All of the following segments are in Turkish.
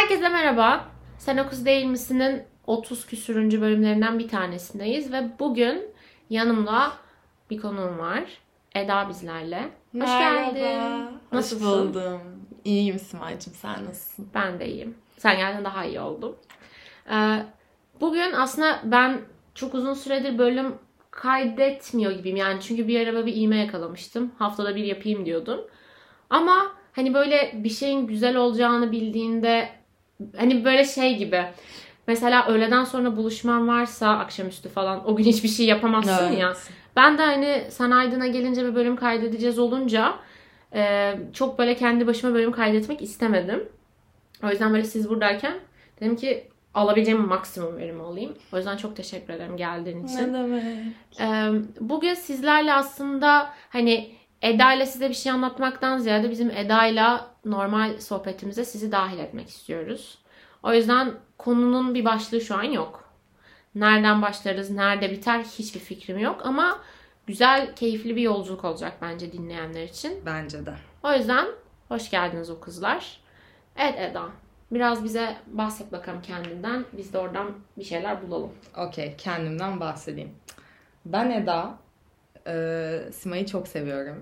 Herkese merhaba. Sen o kız değil misin'in 30 küsürüncü bölümlerinden bir tanesindeyiz ve bugün yanımda bir konuğum var. Eda bizlerle. Hoş geldin. Nasılsın? Hoş buldum. İyiyim Simay'cığım. Sen nasılsın? Ben de iyiyim. Sen geldin daha iyi oldum. Bugün aslında ben çok uzun süredir bölüm kaydetmiyor gibiyim. Yani çünkü bir ara bir iğme yakalamıştım. Haftada bir yapayım diyordum. Ama hani böyle bir şeyin güzel olacağını bildiğinde hani böyle şey gibi. Mesela öğleden sonra buluşman varsa akşamüstü falan o gün hiçbir şey yapamazsın Evet. ya. Ben de hani sen Aydın'a gelince bir bölüm kaydedeceğiz olunca çok böyle kendi başıma bölüm kaydetmek istemedim. O yüzden böyle siz buradayken dedim ki alabileceğim maksimum verimi alayım. O yüzden çok teşekkür ederim geldiğin için. Ne demek? Bugün sizlerle aslında hani Eda ile size bir şey anlatmaktan ziyade bizim Eda ile normal sohbetimize sizi dahil etmek istiyoruz. O yüzden konunun bir başlığı şu an yok. Nereden başlarız, nerede biter hiçbir fikrim yok. Ama güzel, keyifli bir yolculuk olacak bence dinleyenler için. Bence de. O yüzden hoş geldiniz o kızlar. Evet Eda, biraz bize bahset bakalım kendinden. Biz de oradan bir şeyler bulalım. Okey, kendimden bahsedeyim. Ben Eda. Simay'ı çok seviyorum.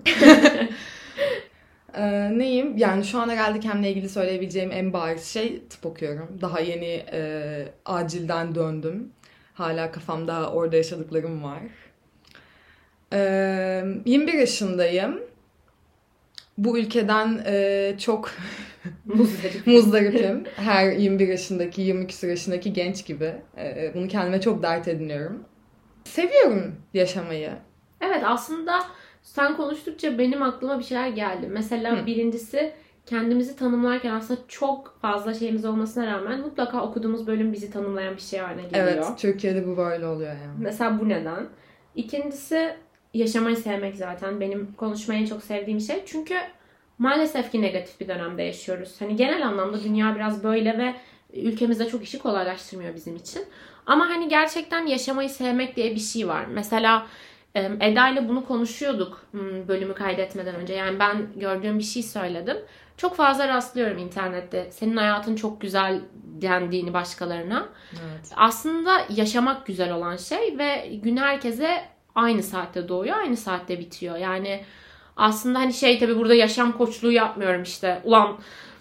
Neyim? Yani şu an herhalde kendimle ilgili söyleyebileceğim en bariz şey tıp okuyorum. Daha yeni acilden döndüm. Hala kafamda orada yaşadıklarım var. 21 yaşındayım. Bu ülkeden çok muzdaripim. Her 21 yaşındaki, 20 küsur yaşındaki genç gibi. Bunu kendime çok dert ediniyorum. Seviyorum yaşamayı. Evet, aslında sen konuştukça benim aklıma bir şeyler geldi. Mesela birincisi kendimizi tanımlarken aslında çok fazla şeyimiz olmasına rağmen mutlaka okuduğumuz bölüm bizi tanımlayan bir şey haline geliyor. Evet, Türkiye'de bu böyle oluyor yani. Mesela bu neden? İkincisi yaşamayı sevmek zaten. Benim konuşmayı en çok sevdiğim şey. Çünkü maalesef ki negatif bir dönemde yaşıyoruz. Hani genel anlamda dünya biraz böyle ve ülkemizde çok işi kolaylaştırmıyor bizim için. Ama hani gerçekten yaşamayı sevmek diye bir şey var. Mesela Eda ile bunu konuşuyorduk bölümü kaydetmeden önce. Yani ben gördüğüm bir şey söyledim. Çok fazla rastlıyorum internette. Senin hayatın çok güzel dendiğini başkalarına. Evet. Aslında yaşamak güzel olan şey ve gün herkese aynı saatte doğuyor, aynı saatte bitiyor. Yani aslında hani şey tabii burada yaşam koçluğu yapmıyorum işte. Ulan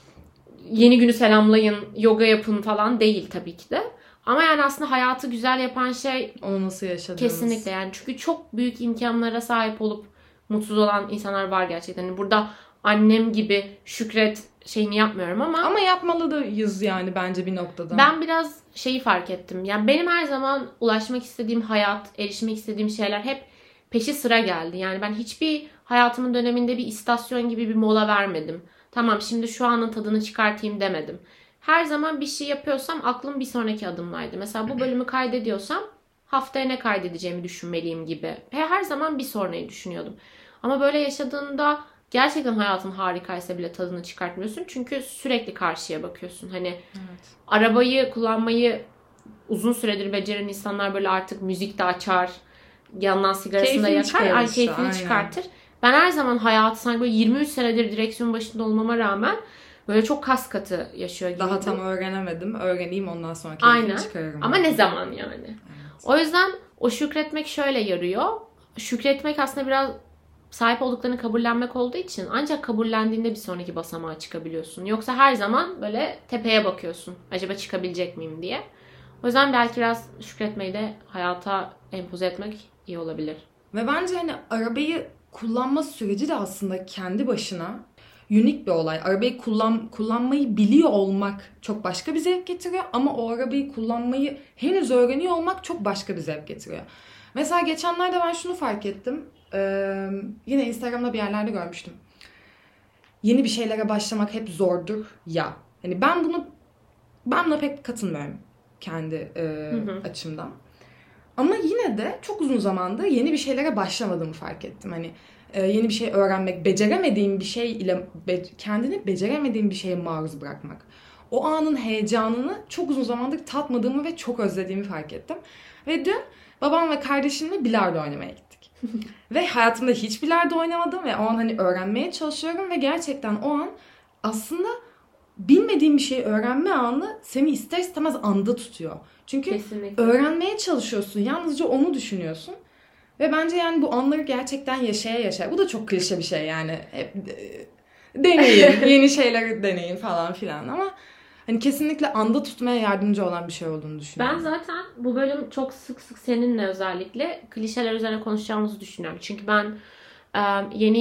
yeni günü selamlayın, yoga yapın falan değil tabii ki de. Ama yani aslında hayatı güzel yapan şey Onu nasıl yaşadığımız. kesinlikle yani. Çünkü çok büyük imkanlara sahip olup mutsuz olan insanlar var gerçekten. Yani burada annem gibi şükret şeyini yapmıyorum ama Ama yapmalıyız yani bence bir noktada. ben biraz şeyi fark ettim. Yani benim her zaman ulaşmak istediğim hayat, erişmek istediğim şeyler hep peşi sıra geldi. Yani ben hiçbir hayatımın döneminde bir istasyon gibi bir mola vermedim. Tamam şimdi şu anın tadını çıkartayım demedim. Her zaman bir şey yapıyorsam aklım bir sonraki adımdaydı. Mesela bu bölümü kaydediyorsam haftaya ne kaydedeceğimi düşünmeliyim gibi. Her zaman bir sonrayı düşünüyordum. Ama böyle yaşadığında gerçekten hayatın harikaysa bile tadını çıkartmıyorsun. Çünkü sürekli karşıya bakıyorsun. Hani Evet. arabayı kullanmayı uzun süredir beceren insanlar böyle artık müzik de açar. Yandan sigarasını da Keyfini yakar. Ay çıkarır keyfini işte, çıkartır. Ben her zaman hayatı sanki böyle 23 senedir direksiyon başında olmama rağmen böyle çok kas katı yaşıyor gibiydim. Daha tam öğrenemedim. Öğreneyim ondan sonra Aynen. keyfini çıkarırım. Ama ne zaman yani? Evet. O yüzden o şükretmek şöyle yarıyor. Şükretmek aslında biraz sahip olduklarını kabullenmek olduğu için ancak kabullendiğinde bir sonraki basamağa çıkabiliyorsun. Yoksa her zaman böyle tepeye bakıyorsun. Acaba çıkabilecek miyim diye. O yüzden belki biraz şükretmeyi de hayata empoze etmek iyi olabilir. Ve bence hani arabayı kullanma süreci de aslında kendi başına unik bir olay. Arabayı kullanmayı biliyor olmak çok başka bir zevk getiriyor ama o arabayı kullanmayı henüz öğreniyor olmak çok başka bir zevk getiriyor. Mesela geçenlerde ben şunu fark ettim. Yine Instagram'da bir yerlerde görmüştüm. Yeni bir şeylere başlamak hep zordur ya. Hani ben buna pek katılmıyorum kendi açımdan. Ama yine de çok uzun zamandır yeni bir şeylere başlamadığımı fark ettim. Hani yeni bir şey öğrenmek, beceremediğim bir şey ile kendini beceremediğim bir şeye maruz bırakmak. O anın heyecanını çok uzun zamandır tatmadığımı ve çok özlediğimi fark ettim. Ve dün babam ve kardeşimle bilardo oynamaya gittik. Ve hayatımda hiç bilardo oynamadım ve o an hani öğrenmeye çalışıyorum ve gerçekten o an aslında bilmediğin bir şeyi öğrenme anı seni ister istemez anda tutuyor. Çünkü Kesinlikle. öğrenmeye çalışıyorsun. Yalnızca onu düşünüyorsun. Ve bence yani bu anları gerçekten yaşaya. Bu da çok klişe bir şey yani. Hep deneyin, yeni şeyleri deneyin falan filan ama hani kesinlikle anda tutmaya yardımcı olan bir şey olduğunu düşünüyorum. Ben zaten bu bölüm çok sık sık seninle özellikle klişeler üzerine konuşacağımızı düşünüyorum. Çünkü ben yeni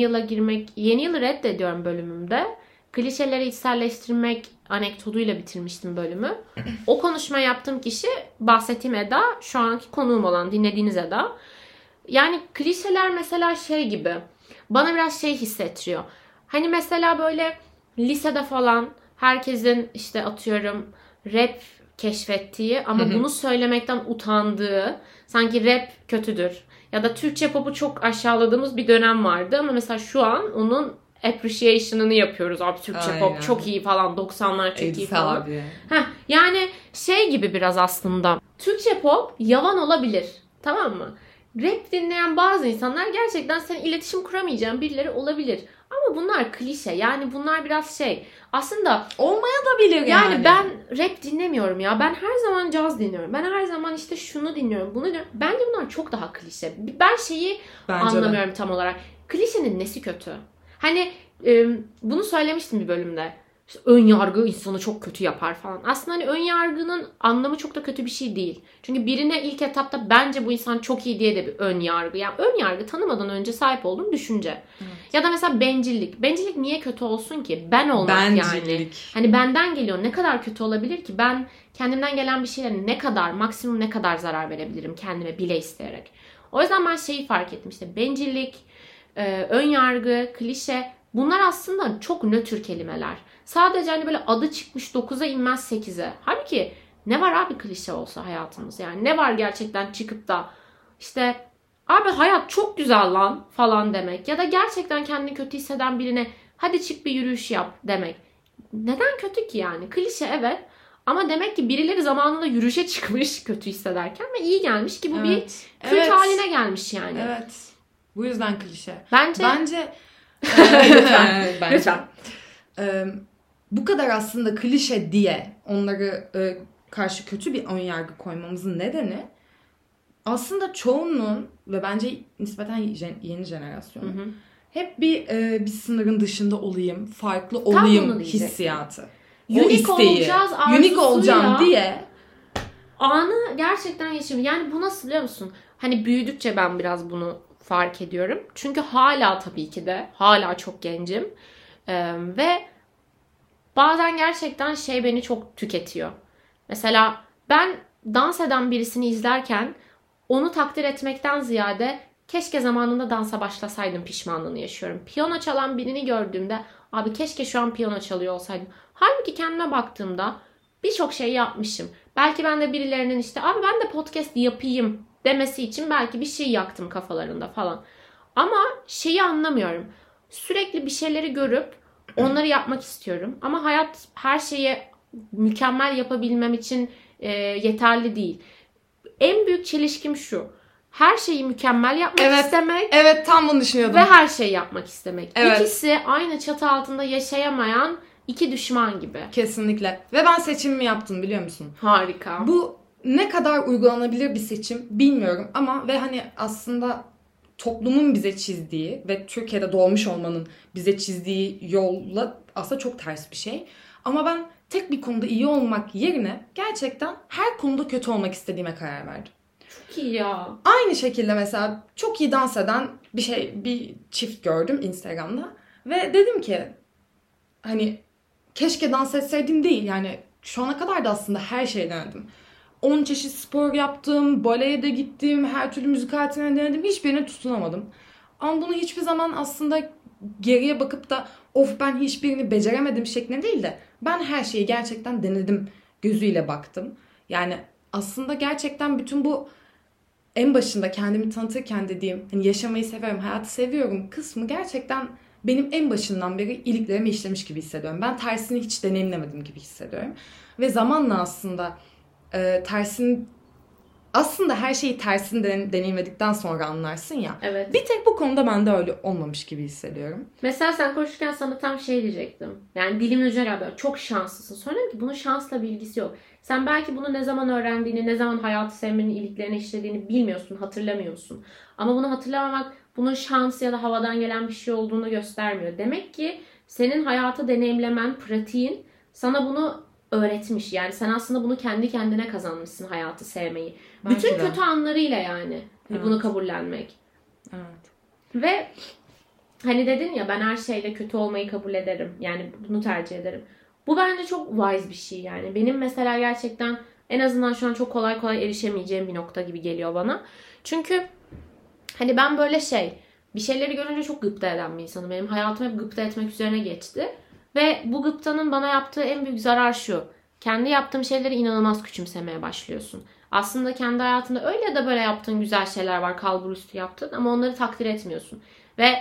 yılı reddediyorum bölümümde. Klişeleri içselleştirmek anekdotuyla bitirmiştim bölümü. O konuşma yaptığım kişi bahsettiğim Eda, şu anki konuğum olan dinlediğiniz Eda. Yani klişeler mesela şey gibi, bana biraz şey hissettiriyor. Hani mesela böyle lisede falan herkesin işte atıyorum rap keşfettiği ama bunu söylemekten utandığı, sanki rap kötüdür. Ya da Türkçe pop'u çok aşağıladığımız bir dönem vardı ama mesela şu an onun appreciation'ını yapıyoruz. Abi Türkçe pop çok iyi falan, 90'lar çok iyi falan. Abi. Yani şey gibi biraz aslında. Türkçe pop yavan olabilir. Tamam mı? Rap dinleyen bazı insanlar gerçekten senin iletişim kuramayacağın birileri olabilir. Ama bunlar klişe. Yani bunlar biraz şey. Aslında olmaya da bilir yani. Ben rap dinlemiyorum ya. Ben her zaman caz dinliyorum. Ben her zaman işte şunu dinliyorum, bunu dinliyorum. Bence bunlar çok daha klişe. Ben şeyi anlamıyorum tam olarak. Klişenin nesi kötü? Hani bunu söylemiştim bir bölümde. İşte ön yargı insanı çok kötü yapar falan. Aslında hani ön yargının anlamı çok da kötü bir şey değil. Çünkü birine ilk etapta bence bu insan çok iyi diye de bir ön yargı. Yani ön yargı tanımadan önce sahip olduğum düşünce. Evet. Ya da mesela bencillik. Bencillik niye kötü olsun ki? Ben olmak yani. Hani benden geliyor. Ne kadar kötü olabilir ki? Ben kendimden gelen bir şeylere maksimum ne kadar zarar verebilirim kendime bile isteyerek. O yüzden ben şeyi fark ettim. İşte bencillik, ön yargı, klişe, bunlar aslında çok nötr kelimeler. Sadece hani böyle adı çıkmış 9'a inmez 8'e. Halbuki ne var abi klişe olsa hayatımız? Yani ne var gerçekten çıkıp da işte abi hayat çok güzel lan falan demek. Ya da gerçekten kendini kötü hisseden birine hadi çık bir yürüyüş yap demek. Neden kötü ki yani? Klişe evet. Ama demek ki birileri zamanında yürüyüşe çıkmış kötü hissederken ve iyi gelmiş ki bu bir kült haline gelmiş yani. Evet. Bu yüzden klişe. Bence lütfen. Bu kadar aslında klişe diye onları karşı kötü bir önyargı koymamızın nedeni aslında çoğunluğun ve bence nispeten yeni jenerasyonun hep bir sınırın dışında olayım, farklı olayım hissiyatı. Unique olacağız arzusuyla. Unique olacağım diye. Anı gerçekten yaşıyorum. Yani bu nasıl biliyor musun? Hani büyüdükçe ben biraz bunu fark ediyorum. Çünkü hala tabii ki de hala çok gencim. Ve bazen gerçekten şey beni çok tüketiyor. Mesela ben dans eden birisini izlerken onu takdir etmekten ziyade keşke zamanında dansa başlasaydım pişmanlığını yaşıyorum. Piyano çalan birini gördüğümde abi keşke şu an piyano çalıyor olsaydım. Halbuki kendime baktığımda birçok şey yapmışım. Belki ben de birilerinin işte abi ben de podcast yapayım demesi için belki bir şey yaktım kafalarında falan. Ama şeyi anlamıyorum. Sürekli bir şeyleri görüp onları yapmak istiyorum. Ama hayat her şeyi mükemmel yapabilmem için yeterli değil. En büyük çelişkim şu. Her şeyi mükemmel yapmak istemek. Evet, tam bunu düşünüyordum. Ve her şeyi yapmak istemek. Evet. İkisi aynı çatı altında yaşayamayan iki düşman gibi. Kesinlikle. Ve ben seçimimi yaptım biliyor musun? Harika. Bu ne kadar uygulanabilir bir seçim bilmiyorum ama ve hani aslında toplumun bize çizdiği ve Türkiye'de doğmuş olmanın bize çizdiği yolla aslında çok ters bir şey. Ama ben tek bir konuda iyi olmak yerine gerçekten her konuda kötü olmak istediğime karar verdim. Çok iyi ya. Aynı şekilde mesela çok iyi dans eden bir çift gördüm Instagram'da ve dedim ki hani keşke dans etseydim değil yani şu ana kadar da aslında her şeyi denedim. 10 çeşit spor yaptım, baleye de gittim, her türlü müzik aletine denedim. Hiçbirine tutunamadım. Ama bunu hiçbir zaman aslında geriye bakıp da of ben hiçbirini beceremedim şeklinde değil de ben her şeyi gerçekten denedim gözüyle baktım. Yani aslında gerçekten bütün bu en başında kendimi tanıtırken dediğim hani yaşamayı seviyorum, hayatı seviyorum kısmı gerçekten benim en başından beri iliklerime işlemiş gibi hissediyorum. Ben tersini hiç deneyimlemedim gibi hissediyorum. Ve zamanla aslında tersini aslında her şeyi tersini deneyimledikten sonra anlarsın ya. Evet. Bir tek bu konuda ben de öyle olmamış gibi hissediyorum. Mesela sen konuşurken sana tam şey diyecektim. Yani dilimin ucuna geldi. Çok şanslısın. Sonra dedim ki bunun şansla bir ilgisi yok. Sen belki bunu ne zaman öğrendiğini, ne zaman hayatı sevmenin iliklerini işlediğini bilmiyorsun, hatırlamıyorsun. Ama bunu hatırlamamak bunun şans ya da havadan gelen bir şey olduğunu göstermiyor. Demek ki senin hayatı deneyimlemen, pratiğin sana bunu öğretmiş. Yani sen aslında bunu kendi kendine kazanmışsın, hayatı sevmeyi. Belki bütün de. kötü anlarıyla yani. Evet. Bunu kabullenmek. Evet. Ve hani dedin ya, ben her şeyle kötü olmayı kabul ederim. Yani bunu tercih ederim. Bu bence çok wise bir şey yani. Benim mesela gerçekten en azından şu an çok kolay kolay erişemeyeceğim bir nokta gibi geliyor bana. Çünkü hani ben böyle bir şeyleri görünce çok gıpta eden bir insanım. Benim hayatım hep gıpta etmek üzerine geçti. Ve bu gıptanın bana yaptığı en büyük zarar şu: kendi yaptığım şeyleri inanılmaz küçümsemeye başlıyorsun. Aslında kendi hayatında öyle ya da böyle yaptığın güzel şeyler var, kalburüstü yaptığın, ama onları takdir etmiyorsun. Ve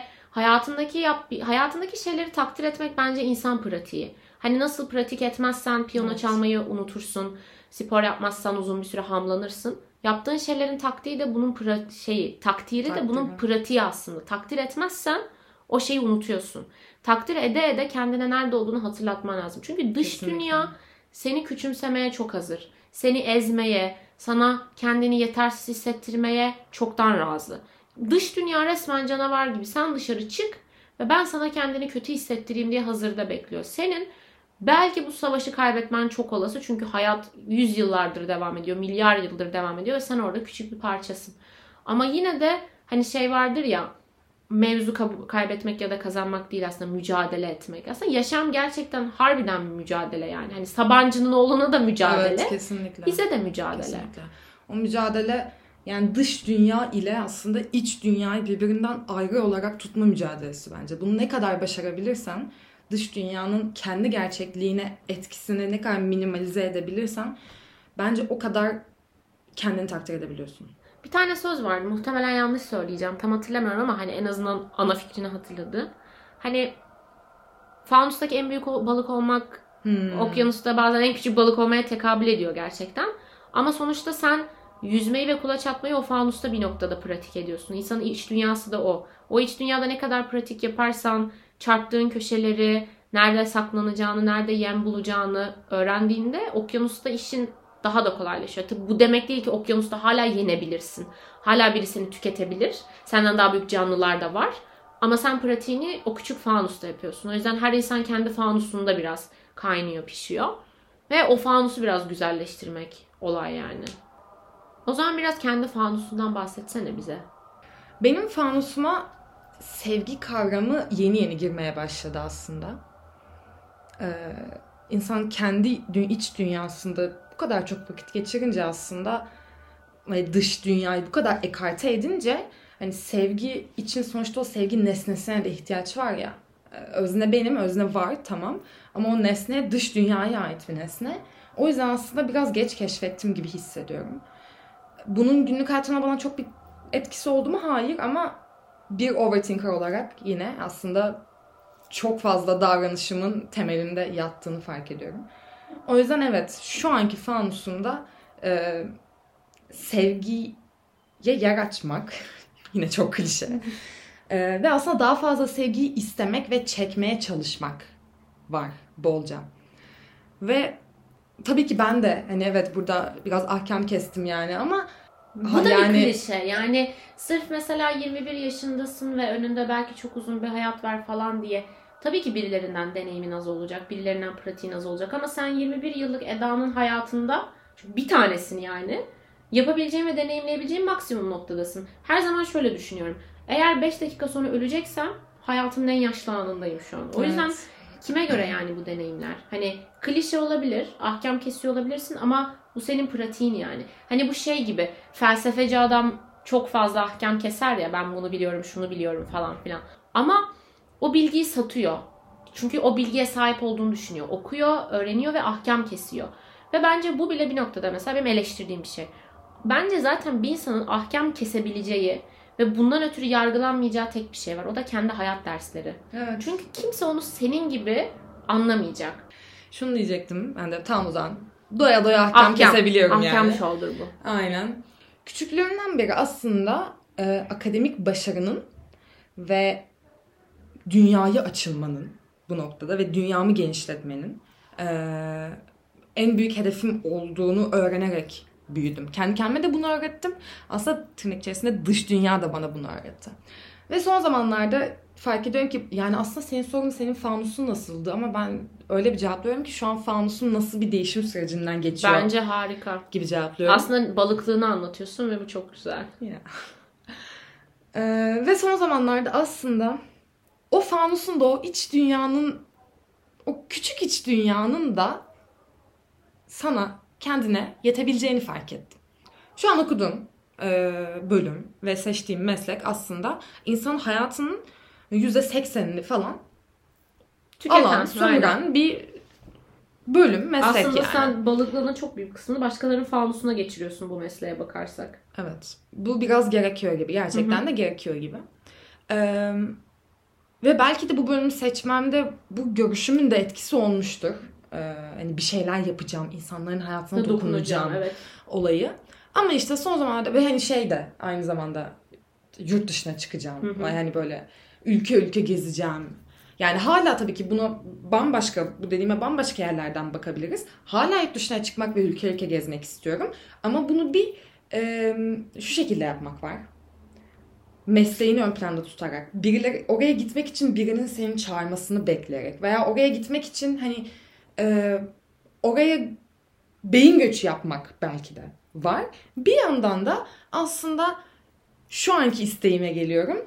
hayatındaki şeyleri takdir etmek bence insan pratiği. Hani nasıl pratik etmezsen piyano çalmayı unutursun, spor yapmazsan uzun bir süre hamlanırsın. Yaptığın şeylerin takdiri de bunun takdiri de bunun pratiği aslında. Takdir etmezsen o şeyi unutuyorsun. Takdir ede ede kendine nerede olduğunu hatırlatman lazım. Çünkü dış dünya seni küçümsemeye çok hazır. Seni ezmeye, sana kendini yetersiz hissettirmeye çoktan razı. Dış dünya resmen canavar gibi. Sen dışarı çık ve ben sana kendini kötü hissettireyim diye hazırda bekliyor. Senin belki bu savaşı kaybetmen çok olası. Çünkü hayat 100 yıllardır devam ediyor. Milyar yıldır devam ediyor ve sen orada küçük bir parçasın. Ama yine de hani vardır ya, mevzu kaybetmek ya da kazanmak değil, aslında mücadele etmek. Aslında yaşam gerçekten harbiden bir mücadele yani. Hani Sabancı'nın oğluna da mücadele. Evet, kesinlikle. Bize de mücadele. Kesinlikle. O mücadele yani dış dünya ile aslında iç dünyayı birbirinden ayrı olarak tutma mücadelesi bence. Bunu ne kadar başarabilirsen, dış dünyanın kendi gerçekliğine etkisini ne kadar minimalize edebilirsen bence o kadar kendini takdir edebiliyorsun. Bir tane söz vardı. Muhtemelen yanlış söyleyeceğim. Tam hatırlamıyorum ama hani en azından ana fikrini hatırladı. Hani fanustaki en büyük balık olmak okyanusta bazen en küçük balık olmaya tekabül ediyor gerçekten. Ama sonuçta sen yüzmeyi ve kulaç atmayı o fanusta bir noktada pratik ediyorsun. İnsanın iç dünyası da o. O iç dünyada ne kadar pratik yaparsan, çarptığın köşeleri, nerede saklanacağını, nerede yem bulacağını öğrendiğinde okyanusta işin daha da kolaylaşıyor. Tabii bu demek değil ki okyanusta hala yenebilirsin. Hala biri seni tüketebilir. Senden daha büyük canlılar da var. Ama sen pratiğini o küçük fanusta yapıyorsun. O yüzden her insan kendi fanusunda biraz kaynıyor, pişiyor. Ve o fanusu biraz güzelleştirmek olay yani. O zaman biraz kendi fanusundan bahsetsene bize. Benim fanusuma sevgi kavramı yeni yeni girmeye başladı aslında. İnsan kendi iç dünyasında bu kadar çok vakit geçirince aslında dış dünyayı bu kadar ekarte edince hani sevgi için sonuçta o sevgi nesnesine de ihtiyaç var ya. Özne benim, özne var tamam. Ama o nesne dış dünyaya ait bir nesne. O yüzden aslında biraz geç keşfettim gibi hissediyorum. Bunun günlük hayatıma bana çok bir etkisi oldu mu? Hayır, ama bir overthinker olarak yine aslında çok fazla davranışımın temelinde yattığını fark ediyorum. O yüzden evet, şu anki fanusumda sevgiye yer açmak yine çok klişe ve aslında daha fazla sevgiyi istemek ve çekmeye çalışmak var bolca. Ve tabii ki ben de hani evet burada biraz ahkam kestim yani ama bu da bir klişe. Yani sırf mesela 21 yaşındasın ve önünde belki çok uzun bir hayat var falan diye tabii ki birilerinden deneyimin az olacak, birilerinden pratiğin az olacak ama sen 21 yıllık Eda'nın hayatında bir tanesini yani yapabileceğin ve deneyimleyebileceğin maksimum noktadasın. Her zaman şöyle düşünüyorum. Eğer 5 dakika sonra öleceksem hayatımın en yaşlı anındayım şu an. O yüzden kime göre yani bu deneyimler? Hani klişe olabilir, ahkam kesiyor olabilirsin ama bu senin pratiğin yani. Hani bu gibi, felsefeci adam çok fazla ahkam keser ya, ben bunu biliyorum, şunu biliyorum falan filan. Ama o bilgiyi satıyor. Çünkü o bilgiye sahip olduğunu düşünüyor. Okuyor, öğreniyor ve ahkam kesiyor. Ve bence bu bile bir noktada mesela benim eleştirdiğim bir şey. Bence zaten bir insanın ahkam kesebileceği ve bundan ötürü yargılanmayacağı tek bir şey var. O da kendi hayat dersleri. Evet. Çünkü kimse onu senin gibi anlamayacak. Şunu diyecektim ben de tam o zaman. Doya doya ahkam kesebiliyorum yani. Ahkam shoulder bu. Aynen. Küçüklüğümden beri aslında akademik başarının ve dünyaya açılmanın bu noktada ve dünyamı genişletmenin en büyük hedefim olduğunu öğrenerek büyüdüm. Kendi kendime de bunu öğrettim. Aslında tırnak içerisinde dış dünya da bana bunu öğretti. Ve son zamanlarda fark ediyorum ki yani aslında senin sorun senin fanusun nasıldı ama ben öyle bir cevaplıyorum ki şu an fanusun nasıl bir değişim sürecinden geçiyor. Bence harika. Gibi cevaplıyorum. Aslında balıklığını anlatıyorsun ve bu çok güzel. Yeah. Ve son zamanlarda aslında o fanusun da o iç dünyanın, o küçük iç dünyanın da sana, kendine yetebileceğini fark ettim. Şu an okuduğum bölüm ve seçtiğim meslek aslında insanın hayatının %80'ini falan alan, sömüren bir bölüm, meslek aslında yani. sen balıklığının çok büyük kısmını başkalarının fanusuna geçiriyorsun bu mesleğe bakarsak. Evet. Bu biraz gerekiyor gibi. Gerçekten de gerekiyor gibi. Ve belki de bu bölümü seçmemde bu görüşümün de etkisi olmuştur. Hani bir şeyler yapacağım, insanların hayatına dokunacağım evet. Olayı. Ama işte son zamanlarda ve hani şey de aynı zamanda yurt dışına çıkacağım. Yani böyle ülke ülke gezeceğim. Yani hala tabii ki buna bu dediğime bambaşka yerlerden bakabiliriz. Hala yurt dışına çıkmak ve ülke ülke gezmek istiyorum. Ama bunu bir şu şekilde yapmak var. Mesleğini ön planda tutarak, birileri oraya gitmek için birinin seni çağırmasını bekleyerek veya oraya gitmek için hani oraya beyin göçü yapmak belki de var. Bir yandan da aslında şu anki isteğime geliyorum.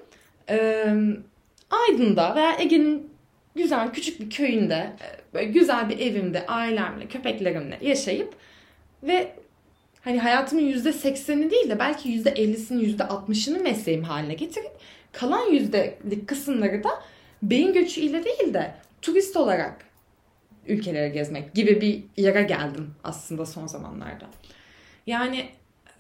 Aydın'da veya Ege'nin güzel küçük bir köyünde, böyle güzel bir evimde, ailemle, köpeklerimle yaşayıp ve hani hayatımın %80'ini değil de belki %50'sini, %60'ını mesleğim haline getirip kalan yüzdelik kısımları da beyin göçü ile değil de turist olarak ülkelere gezmek gibi bir yere geldim aslında son zamanlarda. Yani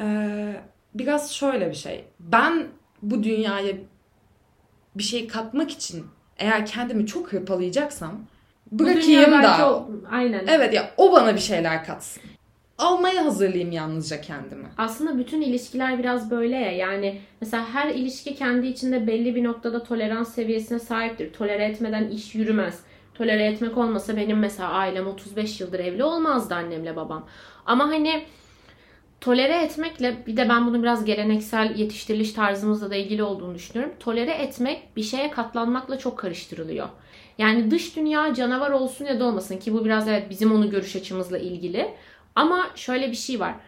biraz şöyle bir şey. Ben bu dünyaya bir şey katmak için eğer kendimi çok hırpalayacaksam bırakayım da aynen. Evet ya o bana bir şeyler katsın. Almaya hazırlayayım yalnızca kendimi. Aslında bütün ilişkiler biraz böyle ya. Yani mesela her ilişki kendi içinde belli bir noktada tolerans seviyesine sahiptir. Tolere etmeden iş yürümez. Tolere etmek olmasa benim mesela ailem 35 yıldır evli olmazdı, annemle babam. Ama hani tolere etmekle, bir de ben bunu biraz geleneksel yetiştiriliş tarzımızla da ilgili olduğunu düşünüyorum. Tolere etmek bir şeye katlanmakla çok karıştırılıyor. Yani dış dünya canavar olsun ya da olmasın ki bu biraz evet bizim onu görüş açımızla ilgili. Ama şöyle bir şey var.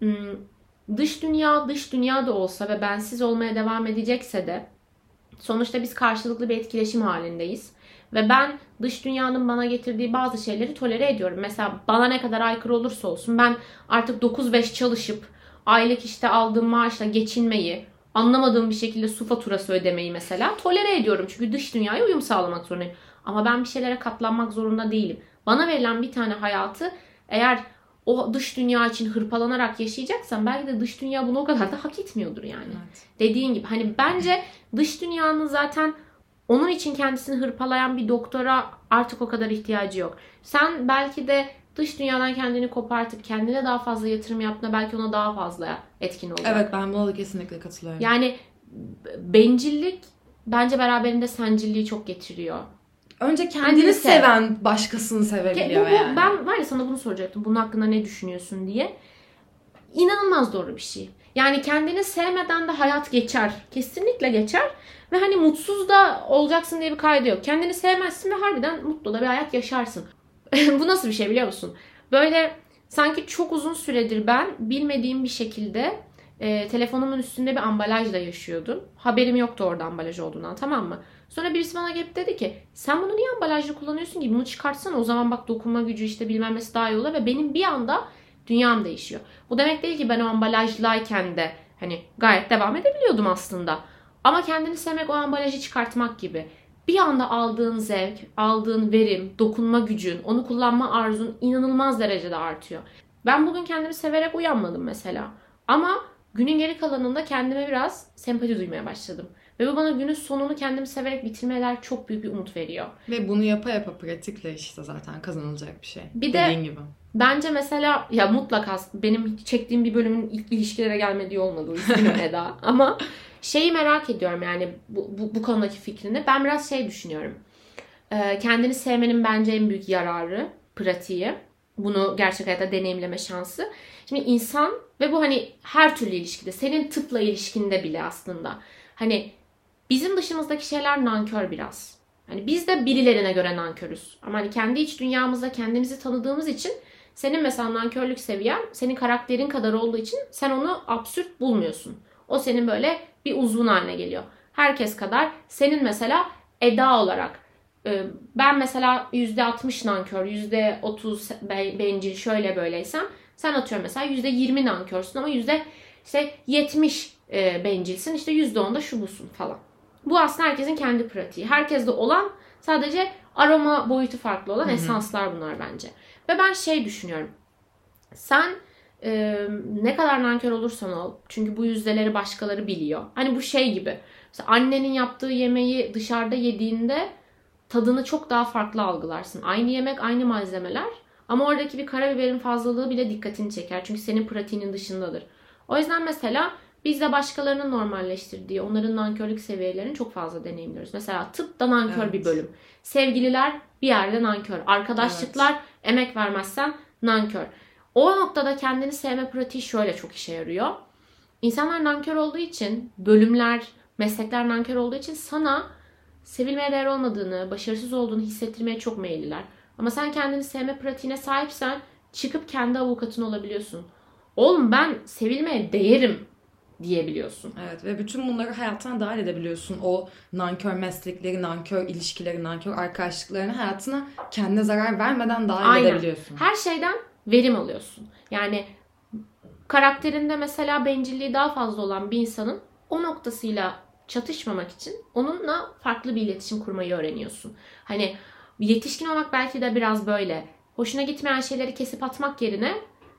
Dış dünya da olsa ve bensiz olmaya devam edecekse de sonuçta biz karşılıklı bir etkileşim halindeyiz. Ve ben dış dünyanın bana getirdiği bazı şeyleri tolere ediyorum. Mesela bana ne kadar aykırı olursa olsun ben artık 9-5 çalışıp aylık işte aldığım maaşla geçinmeyi, anlamadığım bir şekilde su faturası ödemeyi mesela tolere ediyorum. Çünkü dış dünyaya uyum sağlamak zorundayım. Ama ben bir şeylere katlanmak zorunda değilim. Bana verilen bir tane hayatı eğer o dış dünya için hırpalanarak yaşayacaksam belki de dış dünya bunu o kadar da hak etmiyordur yani. Evet. Dediğin gibi hani bence dış dünyanın zaten onun için kendisini hırpalayan bir doktora artık o kadar ihtiyacı yok. Sen belki de dış dünyadan kendini kopartıp kendine daha fazla yatırım yaptığında belki ona daha fazla etkin olacak. Evet, ben buna da kesinlikle katılıyorum. Yani bencillik bence beraberinde sencilliği çok getiriyor. Önce kendini seven başkasını sevebiliyor yani. Ben var ya sana bunu soracaktım. Bunun hakkında ne düşünüyorsun diye. İnanılmaz doğru bir şey. Yani kendini sevmeden de hayat geçer. Kesinlikle geçer. Ve hani mutsuz da olacaksın diye bir kaydı yok. Kendini sevmezsin ve harbiden mutlu da bir hayat yaşarsın. Bu nasıl bir şey biliyor musun? Böyle sanki çok uzun süredir ben bilmediğim bir şekilde telefonumun üstünde bir ambalajla yaşıyordum. Haberim yoktu orada ambalaj olduğundan, tamam mı? Sonra birisi bana gelip dedi ki sen bunu niye ambalajla kullanıyorsun ki? Bunu çıkartsana, o zaman bak dokunma gücü işte bilmem nesi daha iyi olur. Ve benim bir anda dünyam değişiyor. Bu demek değil ki ben o ambalajlayken de hani gayet devam edebiliyordum aslında. Ama kendini sevmek o ambalajı çıkartmak gibi. Bir anda aldığın zevk, aldığın verim, dokunma gücün, onu kullanma arzun inanılmaz derecede artıyor. Ben bugün kendimi severek uyanmadım mesela. Ama günün geri kalanında kendime biraz sempati duymaya başladım. Ve bu bana günün sonunu kendimi severek bitirmeler çok büyük bir umut veriyor. Ve bunu yapa yapa pratikle işte zaten kazanılacak bir şey. Bir Dediğin de gibi. bence mesela ya mutlaka benim çektiğim bir bölümün ilk ilişkilere gelmediği olmadı. Üzgünüm Eda. Ama şeyi merak ediyorum yani bu konudaki fikrini. Ben biraz şey düşünüyorum. Kendini sevmenin bence en büyük yararı, pratiği. Bunu gerçek hayatta deneyimleme şansı. Şimdi insan ve bu hani her türlü ilişkide, senin tıpla ilişkinde bile aslında. Hani bizim dışımızdaki şeyler nankör biraz. Hani biz de birilerine göre nankörüz. Ama hani kendi iç dünyamızda kendimizi tanıdığımız için senin mesela nankörlük seviyen senin karakterin kadar olduğu için sen onu absürt bulmuyorsun. O senin böyle bir uzvun haline geliyor. Herkes kadar senin mesela Eda olarak ben mesela %60 nankör, %30 bencil şöyle böyleysem sen atıyorum mesela %20 nankörsün ama %70 bencilsin. İşte %10 da şu busun falan. Bu aslında herkesin kendi pratiği. Herkeste olan sadece aroma boyutu farklı olan esanslar bunlar bence. Ve ben şey düşünüyorum. Sen ne kadar nankör olursan ol. Çünkü bu yüzdeleri başkaları biliyor. Hani bu şey gibi. Mesela annenin yaptığı yemeği dışarıda yediğinde tadını çok daha farklı algılarsın. Aynı yemek, aynı malzemeler. Ama oradaki bir karabiberin fazlalığı bile dikkatini çeker. Çünkü senin pratiğinin dışındadır. O yüzden mesela biz de başkalarının normalleştirdiği, onların nankörlük seviyelerini çok fazla deneyimliyoruz. Mesela tıp da nankör bir bölüm. Sevgililer bir yerde nankör. Arkadaşlıklar emek vermezsen nankör. O noktada kendini sevme pratiği şöyle çok işe yarıyor. İnsanlar nankör olduğu için, bölümler, meslekler nankör olduğu için sana sevilmeye değer olmadığını, başarısız olduğunu hissettirmeye çok meyilliler. Ama sen kendini sevme pratiğine sahipsen çıkıp kendi avukatın olabiliyorsun. Oğlum ben sevilmeye değerim diyebiliyorsun. Evet ve bütün bunları hayatına dahil edebiliyorsun. O nankör meslekleri, nankör ilişkileri, nankör arkadaşlıklarını hayatına kendine zarar vermeden dahil edebiliyorsun. Her şeyden verim alıyorsun. Yani karakterinde mesela bencilliği daha fazla olan bir insanın o noktasıyla çatışmamak için onunla farklı bir iletişim kurmayı öğreniyorsun. Hani yetişkin olmak belki de biraz böyle. Hoşuna gitmeyen şeyleri kesip atmak yerine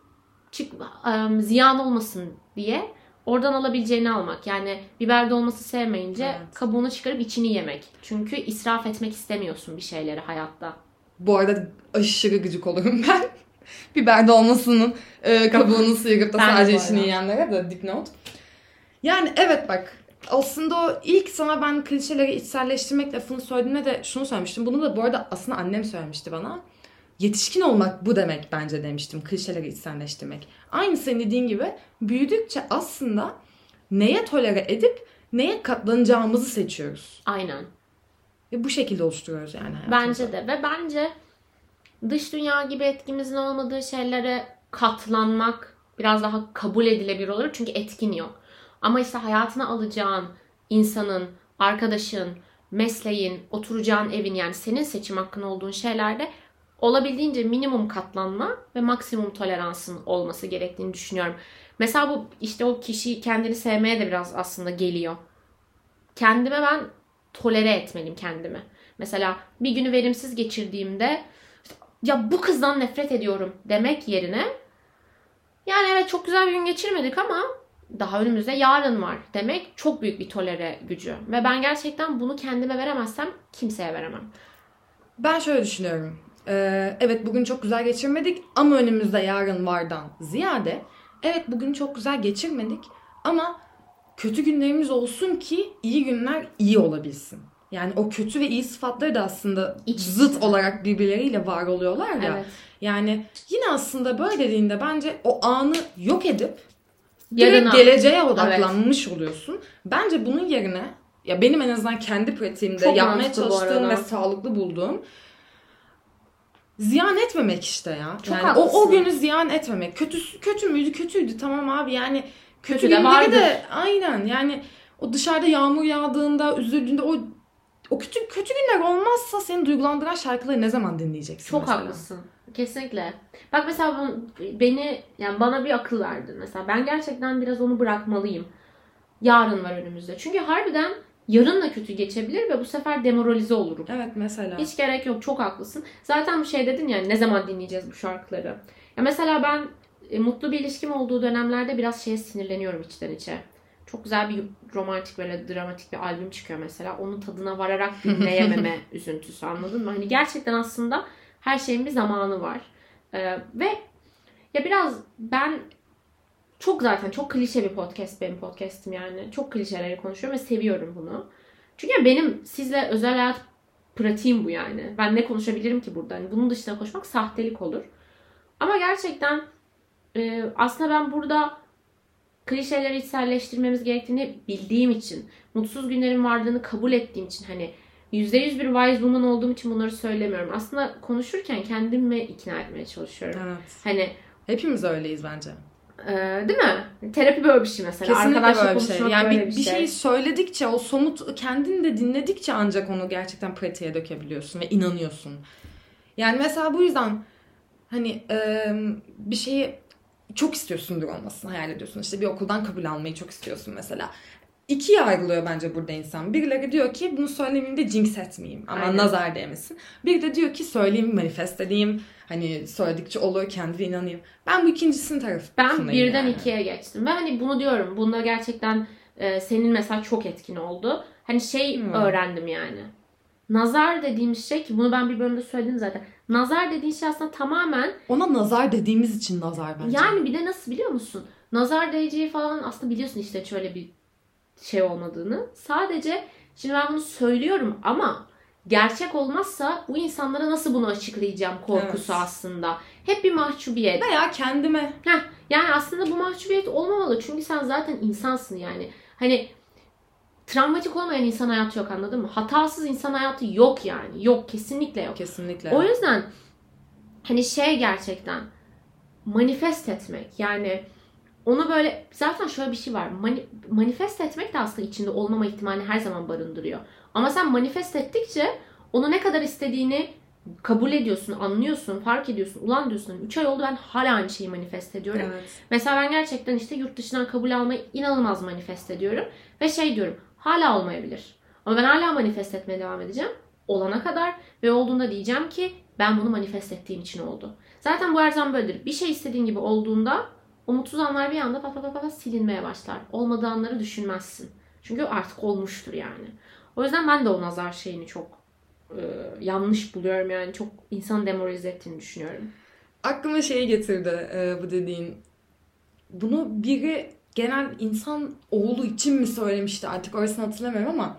ziyan olmasın diye oradan alabileceğini almak. Yani biber dolması sevmeyince kabuğunu çıkarıp içini yemek. Çünkü israf etmek istemiyorsun bir şeyleri hayatta. Bu arada aşırı gıcık olurum ben. Biber dolmasının kabuğunu sıyırıp da sadece içini yiyenlere de dipnot. Yani evet bak aslında o ilk sana ben klişeleri içselleştirmek lafını söylediğimde de şunu söylemiştim. Bunu da bu arada aslında annem söylemişti bana. Yetişkin olmak bu demek bence demiştim. Klişeleri içselleştirmek. Aynı senin dediğin gibi büyüdükçe aslında neye tolere edip neye katlanacağımızı seçiyoruz. Aynen. Ve bu şekilde oluşturuyoruz yani hayatımızı. Bence de ve bence dış dünya gibi etkimizin olmadığı şeylere katlanmak biraz daha kabul edilebilir olur. Çünkü etkin yok. Ama işte hayatına alacağın insanın, arkadaşın, mesleğin, oturacağın evin yani senin seçim hakkın olduğun şeylerde olabildiğince minimum katlanma ve maksimum toleransın olması gerektiğini düşünüyorum. Mesela bu işte o kişi kendini sevmeye de biraz aslında geliyor. Kendime ben tolere etmeliyim kendimi. Mesela bir günü verimsiz geçirdiğimde ya bu kızdan nefret ediyorum demek yerine yani evet çok güzel bir gün geçirmedik ama daha önümüzde yarın var demek çok büyük bir tolere gücü. Ve ben gerçekten bunu kendime veremezsem kimseye veremem. Ben şöyle düşünüyorum. Evet bugün çok güzel geçirmedik ama önümüzde yarın vardan ziyade evet bugün çok güzel geçirmedik ama kötü günlerimiz olsun ki iyi günler iyi olabilsin. Yani o kötü ve iyi sıfatları da aslında zıt olarak birbirleriyle var oluyorlar ya. Evet. Yani yine aslında böyle dediğinde bence o anı yok edip direkt geleceğe odaklanmış oluyorsun. Bence bunun yerine ya benim en azından kendi pratiğimde çok yapmaya çalıştığım ve sağlıklı bulduğum ziyan etmemek işte ya. Çok yani o günü ziyan etmemek. Kötü müydü? Kötüydü. Tamam abi yani kötü günleri de aynen yani o dışarıda yağmur yağdığında üzüldüğünde o kötü günler olmazsa seni duygulandıran şarkıları ne zaman dinleyeceksin? Çok mesela? Haklısın. Kesinlikle. Bak mesela bana bir akıl verdin. Mesela ben gerçekten biraz onu bırakmalıyım. Yarın var önümüzde. Çünkü harbiden yarın da kötü geçebilir ve bu sefer demoralize olurum. Evet mesela. Hiç gerek yok. Çok haklısın. Zaten bu şey dedin ya ne zaman dinleyeceğiz bu şarkıları? Ya mesela ben mutlu bir ilişkim olduğu dönemlerde biraz şeye sinirleniyorum içten içe. Çok güzel bir romantik böyle dramatik bir albüm çıkıyor mesela. Onun tadına vararak dinleyememe üzüntüsü, anladın mı? Hani gerçekten aslında her şeyin bir zamanı var. Ve ya biraz ben zaten çok klişe bir podcast benim podcast'im yani. Çok klişeleri konuşuyorum ve seviyorum bunu. Çünkü benim sizle özel hayat pratiğim bu yani. Ben ne konuşabilirim ki burada? Yani bunun dışında koşmak sahtelik olur. Ama gerçekten aslında ben burada klişeleri içselleştirmemiz gerektiğini bildiğim için, mutsuz günlerin varlığını kabul ettiğim için, hani %100 bir wise woman olduğum için bunları söylemiyorum. Aslında konuşurken kendimi ikna etmeye çalışıyorum. Evet. Hani hepimiz öyleyiz bence. Değil mi? Terapi böyle bir şey mesela. Kesinlikle Arkadaşla böyle bir şey. konuşmak Yani böyle bir şeyi söyledikçe, o somut kendin de dinledikçe ancak onu gerçekten pratiğe dökebiliyorsun ve inanıyorsun. Yani mesela bu yüzden hani bir şeyi çok istiyorsundur olmasını hayal ediyorsun. İşte bir okuldan kabul almayı çok istiyorsun mesela. İkiye ayrılıyor bence burada insan. Birileri diyor ki bunu söylemeyeyim de jinx etmeyeyim. Ama nazar değmesin. Biri de diyor ki söyleyeyim, manifest edeyim. Hani söyledikçe olur, kendine inanayım. Ben bu ikincisinin tarafındayım. Ben birden ikiye geçtim. Ve hani bunu diyorum. Bunda gerçekten senin mesela çok etkin oldu. Hani öğrendim yani. Nazar dediğimiz şey, ki bunu ben bir bölümde söyledim zaten. Nazar dediğin şey aslında tamamen... Ona nazar dediğimiz için nazar bence. Yani bir de nasıl biliyor musun? Nazar değeceği falan aslında biliyorsun işte şöyle bir şey olmadığını. Sadece şimdi ben bunu söylüyorum ama gerçek olmazsa bu insanlara nasıl bunu açıklayacağım korkusu aslında. Hep bir mahcubiyet. Veya kendime. Yani aslında bu mahcubiyet olmamalı. Çünkü sen zaten insansın yani. Hani travmatik olmayan insan hayatı yok, anladın mı? Hatasız insan hayatı yok yani. Yok, kesinlikle yok. Kesinlikle. O yüzden hani gerçekten manifest etmek, yani onu böyle zaten şöyle bir şey var. Manifest etmek de aslında içinde olmama ihtimalini her zaman barındırıyor. Ama sen manifest ettikçe onu ne kadar istediğini kabul ediyorsun, anlıyorsun, fark ediyorsun. Ulan diyorsun 3 ay oldu ben hala aynı şeyi manifest ediyorum. Evet. Mesela ben gerçekten işte yurt dışından kabul almayı inanılmaz manifest ediyorum. Ve diyorum hala olmayabilir. Ama ben hala manifest etmeye devam edeceğim. Olana kadar ve olduğunda diyeceğim ki ben bunu manifest ettiğim için oldu. Zaten bu her zaman böyledir. Bir şey istediğin gibi olduğunda o mutsuz anlar bir anda pat silinmeye başlar. Olmadığı anları düşünmezsin. Çünkü artık olmuştur yani. O yüzden ben de o nazar şeyini çok yanlış buluyorum yani. Çok insanı demoralize ettiğini düşünüyorum. Aklıma getirdi bu dediğin. Bunu biri genel insan oğlu için mi söylemişti, artık orasını hatırlamıyorum ama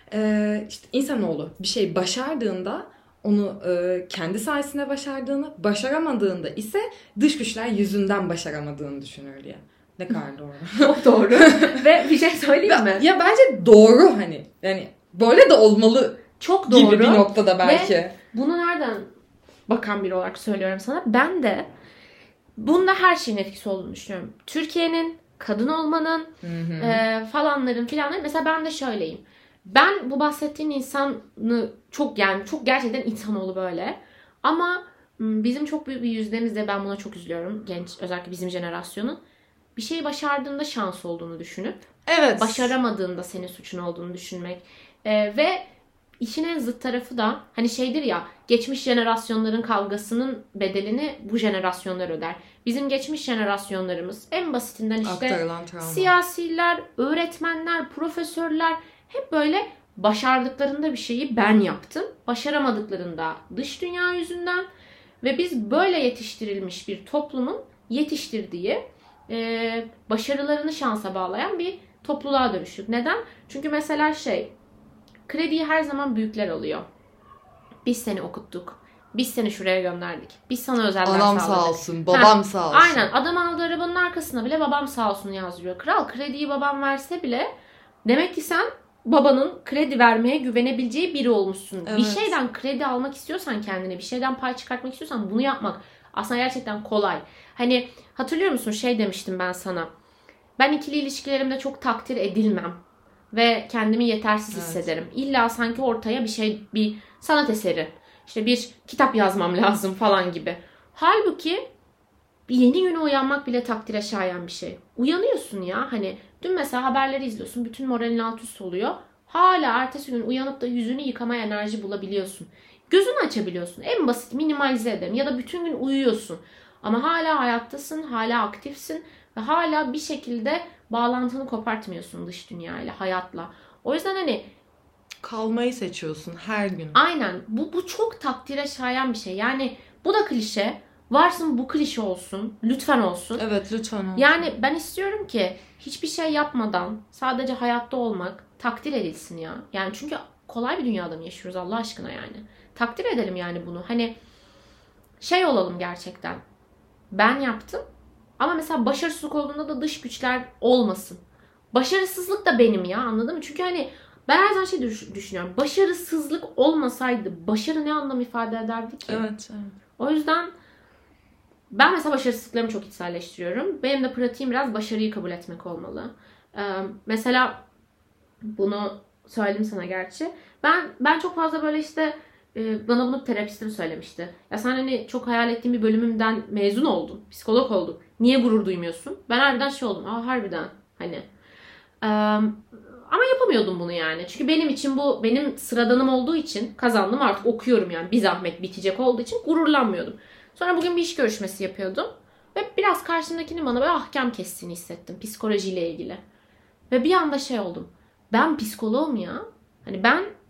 işte insanoğlu bir şey başardığında onu kendi sayesinde başardığını, başaramadığında ise dış güçler yüzünden başaramadığını düşünür diye. Ne kadar doğru. Çok doğru. Ve bir şey söyleyeyim mi? Ya bence doğru hani. Yani böyle de olmalı. Çok doğru. Gibi bir noktada belki. Ve bunu nereden bakan biri olarak söylüyorum sana. Ben de bunda her şeyin etkisi olduğunu düşünüyorum. Türkiye'nin, kadın olmanın, falanların filanların. Mesela ben de şöyleyim. Ben bu bahsettiğin insanı çok gerçekten insanoğlu böyle. Ama bizim çok büyük bir yüzdemizde ben buna çok üzülüyorum. Genç, özellikle bizim jenerasyonun. Bir şeyi başardığında şans olduğunu düşünüp başaramadığında senin suçun olduğunu düşünmek. Ve işin en zıt tarafı da hani ya, geçmiş jenerasyonların kavgasının bedelini bu jenerasyonlar öder. Bizim geçmiş jenerasyonlarımız en basitinden işte siyasiler, öğretmenler, profesörler hep böyle başardıklarında bir şeyi ben yaptım. Başaramadıklarında dış dünya yüzünden ve biz böyle yetiştirilmiş bir toplumun yetiştirdiği başarılarını şansa bağlayan bir topluluğa dönüştük. Neden? Çünkü mesela krediyi her zaman büyükler alıyor. Biz seni okuttuk. Biz seni şuraya gönderdik. Biz sana özel ders sağladık. Adam sağ olsun, babam sağ olsun. Aynen. Adam aldığı arabanın arkasına bile babam sağ olsun yazdırıyor. Kral, krediyi babam verse bile demek ki sen babanın kredi vermeye güvenebileceği biri olmuşsun. Evet. Bir şeyden kredi almak istiyorsan kendine, bir şeyden pay çıkartmak istiyorsan bunu yapmak aslında gerçekten kolay. Hani hatırlıyor musun demiştim ben sana. Ben ikili ilişkilerimde çok takdir edilmem. Ve kendimi yetersiz hissederim. İlla sanki ortaya bir sanat eseri, işte bir kitap yazmam lazım falan gibi. Halbuki yeni güne uyanmak bile takdire şayan bir şey. Uyanıyorsun ya, hani dün mesela haberleri izliyorsun, bütün moralin alt üst oluyor. Hala ertesi gün uyanıp da yüzünü yıkamaya enerji bulabiliyorsun. Gözünü açabiliyorsun. En basit minimalize ederim. Ya da bütün gün uyuyorsun. Ama hala hayattasın, hala aktifsin ve hala bir şekilde bağlantını kopartmıyorsun dış dünyayla, hayatla. O yüzden hani kalmayı seçiyorsun her gün. Aynen. Bu çok takdire şayan bir şey. Yani bu da klişe. Varsın bu klişe olsun. Lütfen olsun. Evet, lütfen olsun. Yani ben istiyorum ki hiçbir şey yapmadan sadece hayatta olmak takdir edilsin ya. Yani çünkü kolay bir dünyada mı yaşıyoruz Allah aşkına yani. Takdir edelim yani bunu. Hani şey olalım gerçekten. Ben yaptım. Ama mesela başarısızlık olduğunda da dış güçler olmasın. Başarısızlık da benim ya, anladın mı? Çünkü hani ben her zaman şey düşünüyorum. Başarısızlık olmasaydı başarı ne anlam ifade ederdi ki? Evet. O yüzden ben mesela başarısızlıklarımı çok içselleştiriyorum. Benim de pratiğim biraz başarıyı kabul etmek olmalı. Mesela bunu söyledim sana gerçi. Ben çok fazla böyle işte bana bunu terapistim söylemişti. Ya sen hani çok hayal ettiğin bir bölümümden mezun oldun. Psikolog oldun. Niye gurur duymuyorsun? Ben harbiden şey oldum. Harbiden hani. Ama yapamıyordum bunu yani. Çünkü benim için bu benim sıradanım olduğu için kazandım, artık okuyorum yani. Bir zahmet bitecek olduğu için gururlanmıyordum. Sonra bugün bir iş görüşmesi yapıyordum. Ve biraz karşımdakinin bana böyle ahkam kestiğini hissettim. Psikolojiyle ilgili. Ve bir anda şey oldum. Ben psikoloğum ya. Hani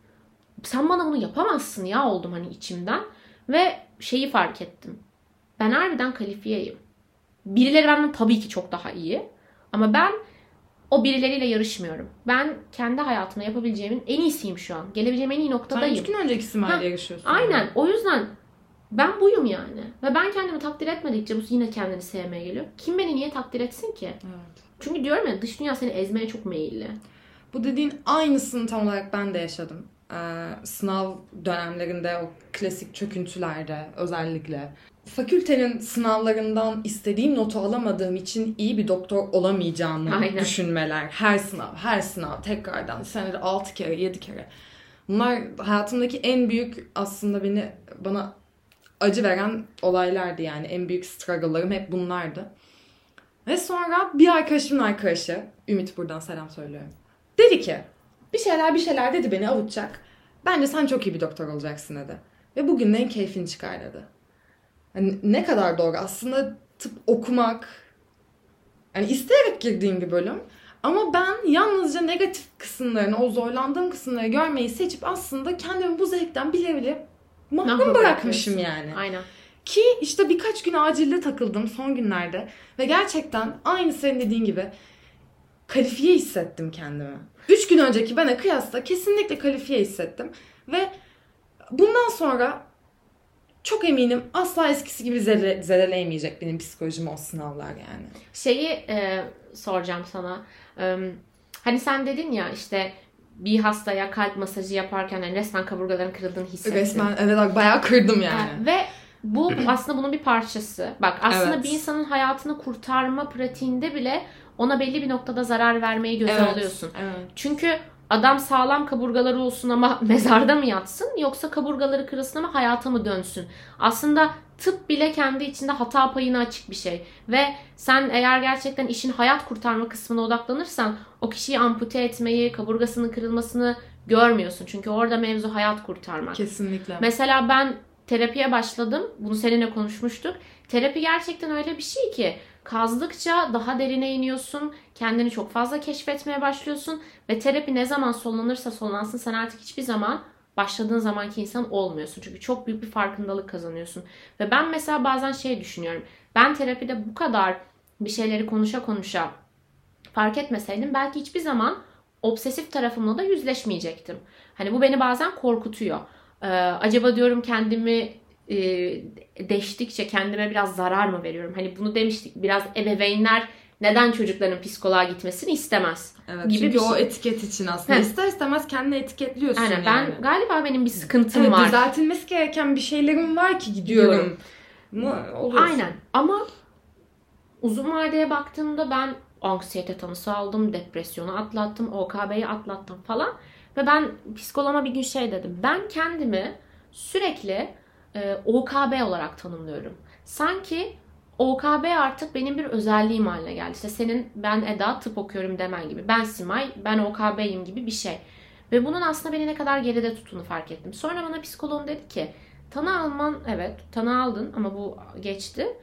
sen bana bunu yapamazsın ya oldum hani içimden. Ve şeyi fark ettim. Ben harbiden kalifiyeyim. Birileri benden tabii ki çok daha iyi. Ama ben o birileriyle yarışmıyorum. Ben kendi hayatımda yapabileceğimin en iyisiyim şu an. Gelebileceğim en iyi noktadayım. Sen 3 gün önceki Simay'la yarışıyorsun. Aynen. Yani. O yüzden ben buyum yani. Ve ben kendimi takdir etmedikçe bu yine kendini sevmeye geliyor. Kim beni niye takdir etsin ki? Evet. Çünkü diyorum ya, dış dünya seni ezmeye çok meyilli. Bu dediğin aynısını tam olarak ben de yaşadım. Sınav dönemlerinde, o klasik çöküntülerde özellikle. Fakültenin sınavlarından istediğim notu alamadığım için iyi bir doktor olamayacağımı düşünmeler. Her sınav tekrardan senede 6 kere 7 kere. Bunlar hayatımdaki en büyük, aslında bana acı veren olaylardı yani. En büyük struggle'larım hep bunlardı. Ve sonra bir arkadaşımın arkadaşı, Ümit, buradan selam söylüyorum, dedi ki bir şeyler dedi, beni avutacak. Bence sen çok iyi bir doktor olacaksın dedi. Ve bugün en keyfini çıkar dedi. Yani ne kadar doğru. Aslında tıp okumak, yani isteyerek girdiğim bir bölüm. Ama ben yalnızca negatif kısımlarını, o zorlandığım kısımları görmeyi seçip aslında kendimi bu zevkten bile mahrum bırakmışım yani. Aynen. Ki işte birkaç gün acilde takıldım son günlerde. Ve gerçekten aynı senin dediğin gibi kalifiye hissettim kendimi. 3 gün önceki bana kıyasla kesinlikle kalifiye hissettim. Ve bundan sonra çok eminim asla eskisi gibi zedeleyemeyecek benim psikolojim o sınavlar yani. Şeyi soracağım sana. Hani sen dedin ya işte bir hastaya kalp masajı yaparken yani resmen kaburgaların kırıldığını hissettin. Resmen evet, bayağı kırdım yani. Ve bu aslında bunun bir parçası. Bak aslında evet. Bir insanın hayatını kurtarma pratiğinde bile ona belli bir noktada zarar vermeyi göze alıyorsun. Evet. Çünkü adam sağlam kaburgaları olsun ama mezarda mı yatsın, yoksa kaburgaları kırılsın ama hayata mı dönsün? Aslında tıp bile kendi içinde hata payına açık bir şey. Ve sen eğer gerçekten işin hayat kurtarma kısmına odaklanırsan o kişiyi ampute etmeyi, kaburgasının kırılmasını görmüyorsun. Çünkü orada mevzu hayat kurtarmak. Kesinlikle. Mesela ben terapiye başladım. Bunu seninle konuşmuştuk. Terapi gerçekten öyle bir şey ki kazdıkça daha derine iniyorsun. Kendini çok fazla keşfetmeye başlıyorsun. Ve terapi ne zaman sonlanırsa sonlansın sen artık hiçbir zaman başladığın zamanki insan olmuyorsun. Çünkü çok büyük bir farkındalık kazanıyorsun. Ve ben mesela bazen şey düşünüyorum. Ben terapide bu kadar bir şeyleri konuşa fark etmeseydim belki hiçbir zaman obsesif tarafımla da yüzleşmeyecektim. Hani bu beni bazen korkutuyor. Acaba diyorum kendimi deştikçe kendime biraz zarar mı veriyorum? Hani bunu demiştik, biraz ebeveynler neden çocukların psikoloğa gitmesini istemez evet, gibi çünkü bir şey. O etiket için aslında ister istemez kendini etiketliyorsun. Aynen, yani. Ben galiba benim bir sıkıntım var. Düzeltilmesi gereken bir şeylerim var ki gidiyorum. Aynen ama uzun vadeye baktığımda ben anksiyete tanısı aldım, depresyonu atlattım, OKB'yi atlattım falan. Ve ben psikoloğuma bir gün şey dedim. Ben kendimi sürekli OKB olarak tanımlıyorum. Sanki OKB artık benim bir özelliğim haline geldi. İşte senin ben Eda tıp okuyorum demen gibi. Ben Simay, ben OKB'yim gibi bir şey. Ve bunun aslında beni ne kadar geride tuttuğunu fark ettim. Sonra bana psikoloğum dedi ki tanı alman, evet tanı aldın ama bu geçti.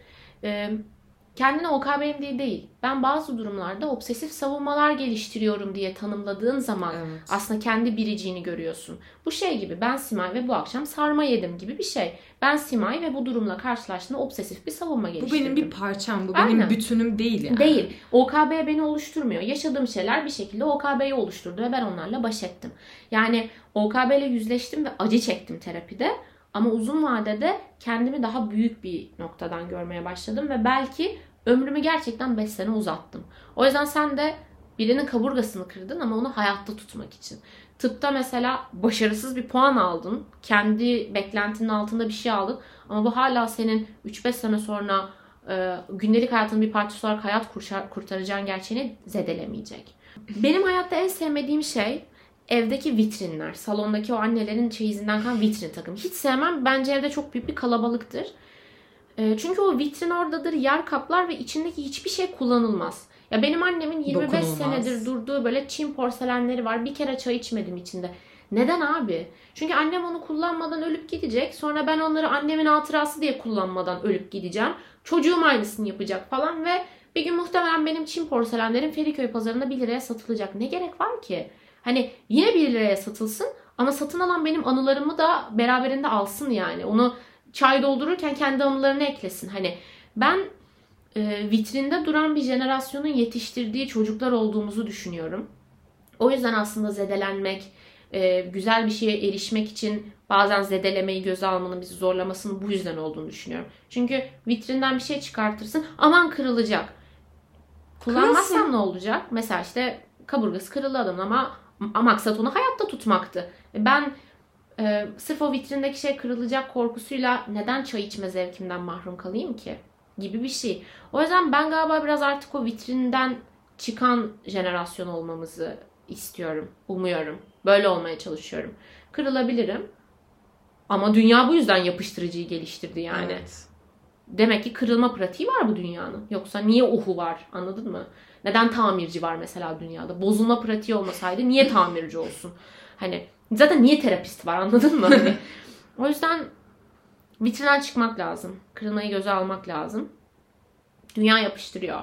kendine OKB'yim diye değil. Ben bazı durumlarda obsesif savunmalar geliştiriyorum diye tanımladığın zaman aslında kendi biriciğini görüyorsun. Bu şey gibi, ben Simay ve bu akşam sarma yedim gibi bir şey. Ben Simay ve bu durumla karşılaştığımda obsesif bir savunma geliştirdim. Bu benim bir parçam, bu benim bütünüm değil yani. Değil. OKB beni oluşturmuyor. Yaşadığım şeyler bir şekilde OKB'yi oluşturdu ve ben onlarla baş ettim. Yani OKB ile yüzleştim ve acı çektim terapide. Ama uzun vadede kendimi daha büyük bir noktadan görmeye başladım ve belki ömrümü gerçekten 5 sene uzattım. O yüzden sen de birinin kaburgasını kırdın ama onu hayatta tutmak için. Tıpta mesela başarısız bir puan aldın. Kendi beklentinin altında bir şey aldın. Ama bu hala senin 3-5 sene sonra gündelik hayatının bir parçası olarak hayat kurtaracağın gerçeğini zedelemeyecek. Benim hayatta en sevmediğim şey evdeki vitrinler. Salondaki o annelerin çeyizinden kalan vitrin takımı. Hiç sevmem. Bence evde çok büyük bir kalabalıktır. Çünkü o vitrin oradadır, yer kaplar ve içindeki hiçbir şey kullanılmaz. Ya benim annemin 25 senedir durduğu böyle Çin porselenleri var. Bir kere çay içmedim içinde. Neden abi? Çünkü annem onu kullanmadan ölüp gidecek. Sonra ben onları annemin hatırası diye kullanmadan ölüp gideceğim. Çocuğum aynısını yapacak falan ve bir gün muhtemelen benim Çin porselenlerim Feriköy pazarında 1 liraya satılacak. Ne gerek var ki? Hani yine 1 liraya satılsın ama satın alan benim anılarımı da beraberinde alsın yani. Onu çay doldururken kendi anılarını eklesin. Hani ben vitrinde duran bir jenerasyonun yetiştirdiği çocuklar olduğumuzu düşünüyorum. O yüzden aslında zedelenmek, güzel bir şeye erişmek için bazen zedelemeyi göze almanın bizi zorlamasının bu yüzden olduğunu düşünüyorum. Çünkü vitrinden bir şey çıkartırsın, aman kırılacak. Kullanmazsam ne olacak? Mesela işte kaburgası kırıldı adamın ama maksat onu hayatta tutmaktı. Ben sırf o vitrindeki şey kırılacak korkusuyla neden çay içme zevkimden mahrum kalayım ki? Gibi bir şey. O yüzden ben galiba biraz artık o vitrinden çıkan jenerasyon olmamızı istiyorum, umuyorum. Böyle olmaya çalışıyorum. Kırılabilirim. Ama dünya bu yüzden yapıştırıcıyı geliştirdi yani. Evet. Demek ki kırılma pratiği var bu dünyanın. Yoksa niye ohu var? Anladın mı? Neden tamirci var mesela dünyada? Bozulma pratiği olmasaydı niye tamirci olsun? Hani zaten niye terapist var, anladın mı? Hani, o yüzden vitrinden çıkmak lazım. Kırılmayı göze almak lazım. Dünya yapıştırıyor.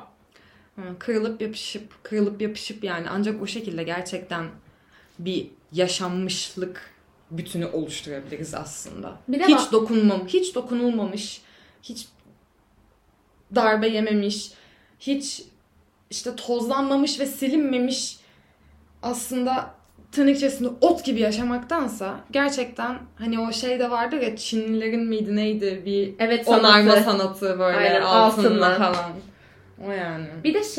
Kırılıp yapışıp yani ancak o şekilde gerçekten bir yaşanmışlık bütünü oluşturabiliriz aslında. Hiç dokunulmamış, hiç darbe yememiş, hiç işte tozlanmamış ve silinmemiş aslında tırnak içerisinde ot gibi yaşamaktansa gerçekten hani o şey de vardır ya, Çinlilerin miydi neydi bir onarma sanatı böyle aynen, altınla falan. O yani. Bir de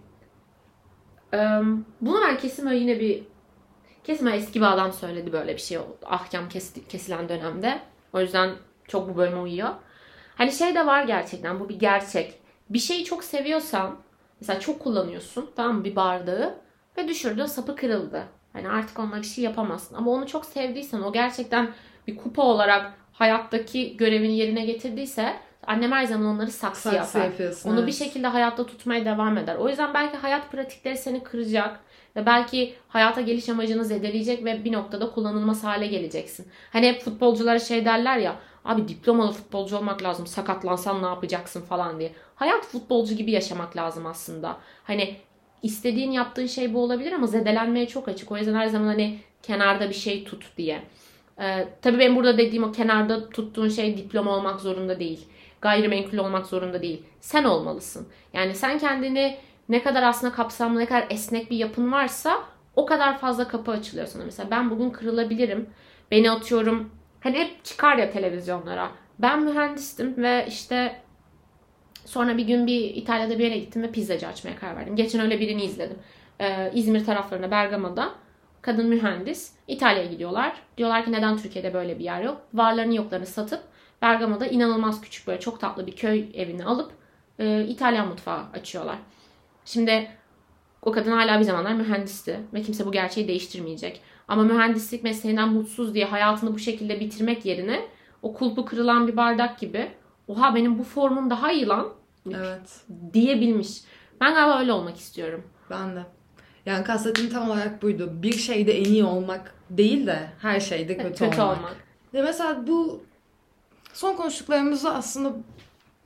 bunu kesin yine kesin eski bir adam söyledi böyle bir şey oldu. Ahkam kesilen dönemde. O yüzden çok bu bölüme uyuyor. Hani de var gerçekten, bu bir gerçek. Bir şeyi çok seviyorsan mesela çok kullanıyorsun, tamam mı, bir bardağı ve düşürdü, sapı kırıldı. Hani artık onunla bir şey yapamazsın. Ama onu çok sevdiysen, o gerçekten bir kupa olarak hayattaki görevini yerine getirdiyse annem her zaman onları saksı yapar. Onu evet, bir şekilde hayatta tutmaya devam eder. O yüzden belki hayat pratikleri seni kıracak ve belki hayata geliş amacını zedeleyecek ve bir noktada kullanılmaz hale geleceksin. Hani hep futbolculara derler ya, abi diplomalı futbolcu olmak lazım, sakatlansan ne yapacaksın falan diye. Hayat futbolcu gibi yaşamak lazım aslında. Hani istediğin, yaptığın şey bu olabilir ama zedelenmeye çok açık. O yüzden her zaman hani kenarda bir şey tut diye. Tabii benim burada dediğim o kenarda tuttuğun şey diploma olmak zorunda değil. Gayrimenkul olmak zorunda değil. Sen olmalısın. Yani sen kendini ne kadar aslında kapsamlı, ne kadar esnek bir yapın varsa o kadar fazla kapı açılıyor sana. Mesela ben bugün kırılabilirim. Beni atıyorum, hani hep çıkar ya televizyonlara. Ben mühendistim ve işte sonra bir gün İtalya'da bir yere gittim ve pizzacı açmaya karar verdim. Geçen öyle birini izledim. İzmir taraflarında, Bergama'da. Kadın mühendis. İtalya'ya gidiyorlar. Diyorlar ki neden Türkiye'de böyle bir yer yok? Varlarını yoklarını satıp Bergama'da inanılmaz küçük böyle çok tatlı bir köy evini alıp İtalyan mutfağı açıyorlar. Şimdi o kadın hala bir zamanlar mühendisti ve kimse bu gerçeği değiştirmeyecek. Ama mühendislik mesleğinden mutsuz diye hayatını bu şekilde bitirmek yerine o kulpu kırılan bir bardak gibi, oha benim bu formum daha iyi lan, evet, diyebilmiş. Ben galiba öyle olmak istiyorum. Ben de. Yani kastettiğim tam olarak buydu. Bir şeyde en iyi olmak değil de her şeyde kötü olmak. Ve mesela bu son konuştuklarımızı aslında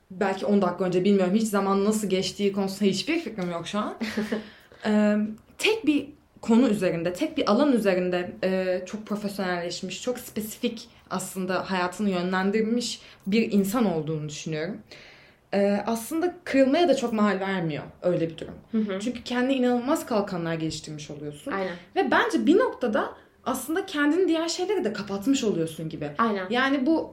belki 10 dakika önce, bilmiyorum. Hiç zaman nasıl geçtiği konusunda hiçbir fikrim yok şu an. Tek bir konu üzerinde, tek bir alan üzerinde çok profesyonelleşmiş, çok spesifik aslında hayatını yönlendirmiş bir insan olduğunu düşünüyorum. Aslında kırılmaya da çok mahal vermiyor öyle bir durum. Çünkü kendi inanılmaz kalkanlar geliştirmiş oluyorsun. Aynen. Ve bence bir noktada aslında kendini diğer şeyleri de kapatmış oluyorsun gibi. Aynen. Yani bu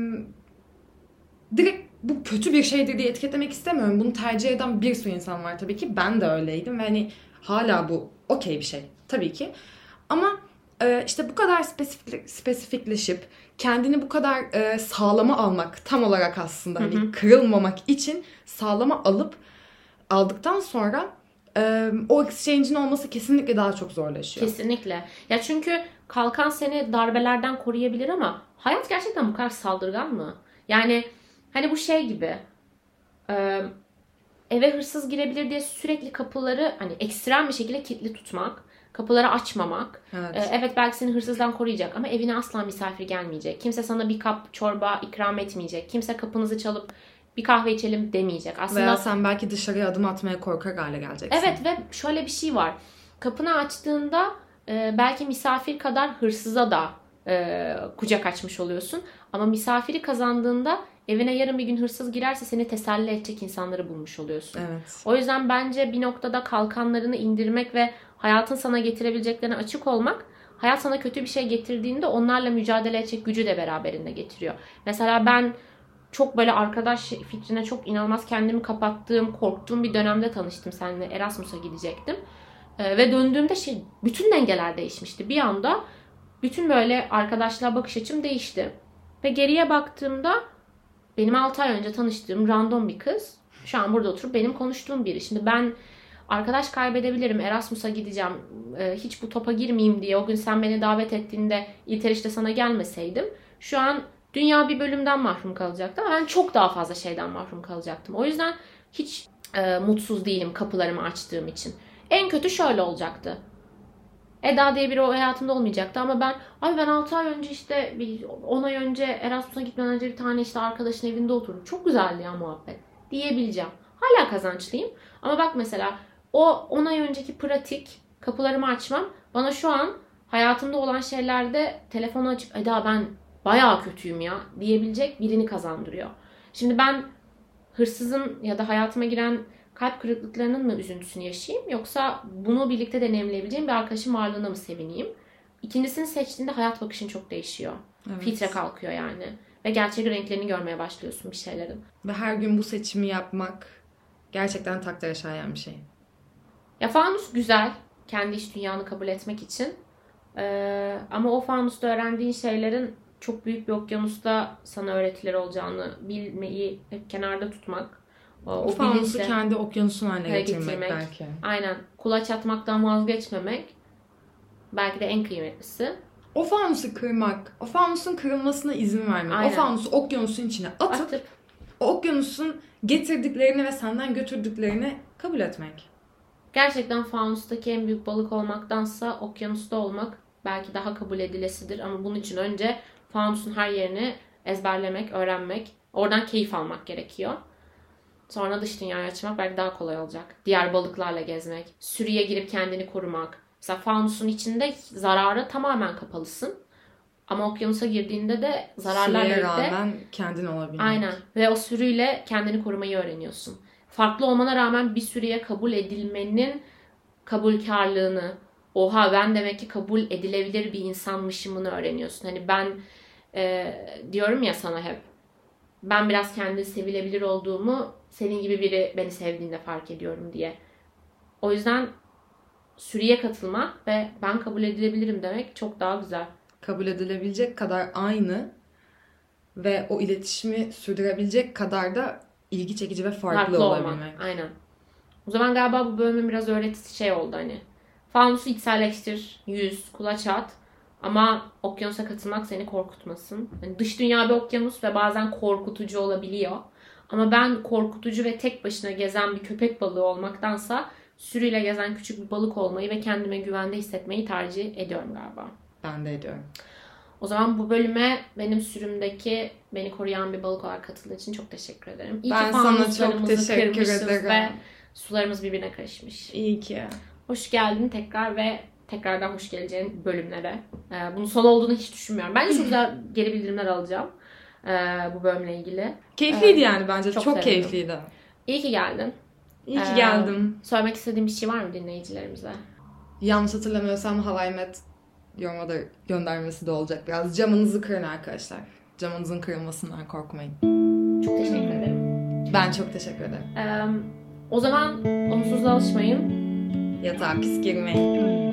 direkt bu kötü bir şeydir diye etiketlemek istemiyorum. Bunu tercih eden bir sürü insan var tabii ki. Ben de öyleydim ve hani hala bu okey bir şey tabii ki. Ama işte bu kadar spesifikleşip kendini bu kadar sağlama almak, tam olarak aslında hani kırılmamak için sağlama aldıktan sonra o exchange'in olması kesinlikle daha çok zorlaşıyor. Kesinlikle. Ya çünkü kalkan seni darbelerden koruyabilir ama hayat gerçekten bu kadar saldırgan mı? Yani hani bu şey gibi, eve hırsız girebilir diye sürekli kapıları hani ekstrem bir şekilde kilitli tutmak, kapıları açmamak. Evet. Evet, belki seni hırsızdan koruyacak ama evine asla misafir gelmeyecek. Kimse sana bir kap çorba ikram etmeyecek. Kimse kapınızı çalıp bir kahve içelim demeyecek. Aslında Veya sen belki dışarıya adım atmaya korkar hale geleceksin. evet, ve şöyle bir şey var. Kapını açtığında belki misafir kadar hırsıza da kucak açmış oluyorsun. Ama misafiri kazandığında evine yarın bir gün hırsız girerse seni teselli edecek insanları bulmuş oluyorsun. Evet. O yüzden bence bir noktada kalkanlarını indirmek ve hayatın sana getirebileceklerine açık olmak, hayat sana kötü bir şey getirdiğinde onlarla mücadele edecek gücü de beraberinde getiriyor. Mesela ben çok böyle arkadaş fikrine çok inanılmaz kendimi kapattığım, korktuğum bir dönemde tanıştım seninle. Erasmus'a gidecektim. Ve döndüğümde bütün dengeler değişmişti. Bir anda bütün böyle arkadaşlığa bakış açım değişti. Ve geriye baktığımda benim 6 ay önce tanıştığım random bir kız şu an burada oturup benim konuştuğum biri. Şimdi ben arkadaş kaybedebilirim, Erasmus'a gideceğim, hiç bu topa girmeyeyim diye o gün sen beni davet ettiğinde İlter sana gelmeseydim şu an dünya bir bölümden mahrum kalacaktı ama ben çok daha fazla şeyden mahrum kalacaktım. O yüzden hiç mutsuz değilim kapılarımı açtığım için. En kötü şöyle olacaktı. Eda diye biri o hayatımda olmayacaktı ama ben 6 ay önce işte 10 ay önce Erasmus'a gitmeden önce bir tane işte arkadaşın evinde oturdum. Çok güzeldi ya muhabbet diyebileceğim. Hala kazançlıyım. Ama bak mesela o 10 ay önceki pratik kapılarımı açmam bana şu an hayatımda olan şeylerde telefonu açıp Eda ben bayağı kötüyüm ya diyebilecek birini kazandırıyor. Şimdi ben hırsızın ya da hayatıma giren kalp kırıklıklarının mı üzüntüsünü yaşayayım yoksa bunu birlikte deneyimleyebileceğim bir arkadaşın varlığına mı sevineyim? İkincisini seçtiğinde hayat bakışın çok değişiyor. Evet. Filtre kalkıyor yani. Ve gerçek renklerini görmeye başlıyorsun bir şeylerin. Ve her gün bu seçimi yapmak gerçekten takdire şayan bir şey. Ya fanus güzel. Kendi iç dünyanı kabul etmek için. Ama o fanusta öğrendiğin şeylerin çok büyük bir okyanusta sana öğretiler olacağını bilmeyi hep kenarda tutmak. O fanusu kendi okyanusun haline getirmek belki. Aynen. Kulaç atmaktan vazgeçmemek belki de en kıymetlisi. O fanusu kırmak, o fanusun kırılmasına izin vermek. Aynen. O fanusu okyanusun içine atıp o okyanusun getirdiklerini ve senden götürdüklerini kabul etmek. Gerçekten fanustaki en büyük balık olmaktansa okyanusta olmak belki daha kabul edilesidir. Ama bunun için önce fanusun her yerini ezberlemek, öğrenmek, oradan keyif almak gerekiyor. Sonra dış dünyaya açmak belki daha kolay olacak. Diğer balıklarla gezmek, sürüye girip kendini korumak. Mesela fanusun içinde zarara tamamen kapalısın. Ama okyanusa girdiğinde de zararlarla birlikte... Sürüye rağmen kendin olabilmek. Aynen. Ve o sürüyle kendini korumayı öğreniyorsun. Farklı olmana rağmen bir sürüye kabul edilmenin kabulkarlığını, oha ben demek ki kabul edilebilir bir insanmışımını öğreniyorsun. Hani ben diyorum ya sana hep, ben biraz kendi sevilebilir olduğumu senin gibi biri beni sevdiğinde fark ediyorum diye. O yüzden sürüye katılmak ve ben kabul edilebilirim demek çok daha güzel. Kabul edilebilecek kadar aynı ve o iletişimi sürdürebilecek kadar da ilgi çekici ve farklı olabilmek. Olmak. Aynen. O zaman galiba bu bölümün biraz öğretisi oldu hani. Fanusu içselleştir, yüz, kulaç at. Ama okyanusa katılmak seni korkutmasın. Yani dış dünya bir okyanus ve bazen korkutucu olabiliyor. Ama ben korkutucu ve tek başına gezen bir köpek balığı olmaktansa sürüyle gezen küçük bir balık olmayı ve kendime güvende hissetmeyi tercih ediyorum galiba. Ben de ediyorum. O zaman bu bölüme benim sürümdeki beni koruyan bir balık olarak katıldığın için çok teşekkür ederim. İyi Ben ki sana çok fanuslarımızı teşekkür kırmışız ederim. ve sularımız birbirine karışmış. İyi ki. Hoş geldin tekrar ve tekrardan hoş geleceğin bölümlere. Bunun son olduğunu hiç düşünmüyorum. Bence çok güzel geri bildirimler alacağım bu bölümle ilgili. Keyifliydi yani bence. Çok sevindim. keyifliydi. İyi ki geldin. İyi ki geldim. Söylemek istediğin bir şey var mı dinleyicilerimize? Yanlış hatırlamıyorsam How I Met yoruma da göndermesi de olacak biraz. Camınızı kırın arkadaşlar. Camınızın kırılmasından korkmayın. Çok teşekkür ederim. Ben çok teşekkür ederim. O zaman onsuzluğa alışmayın. Yatağa pis girmeyin.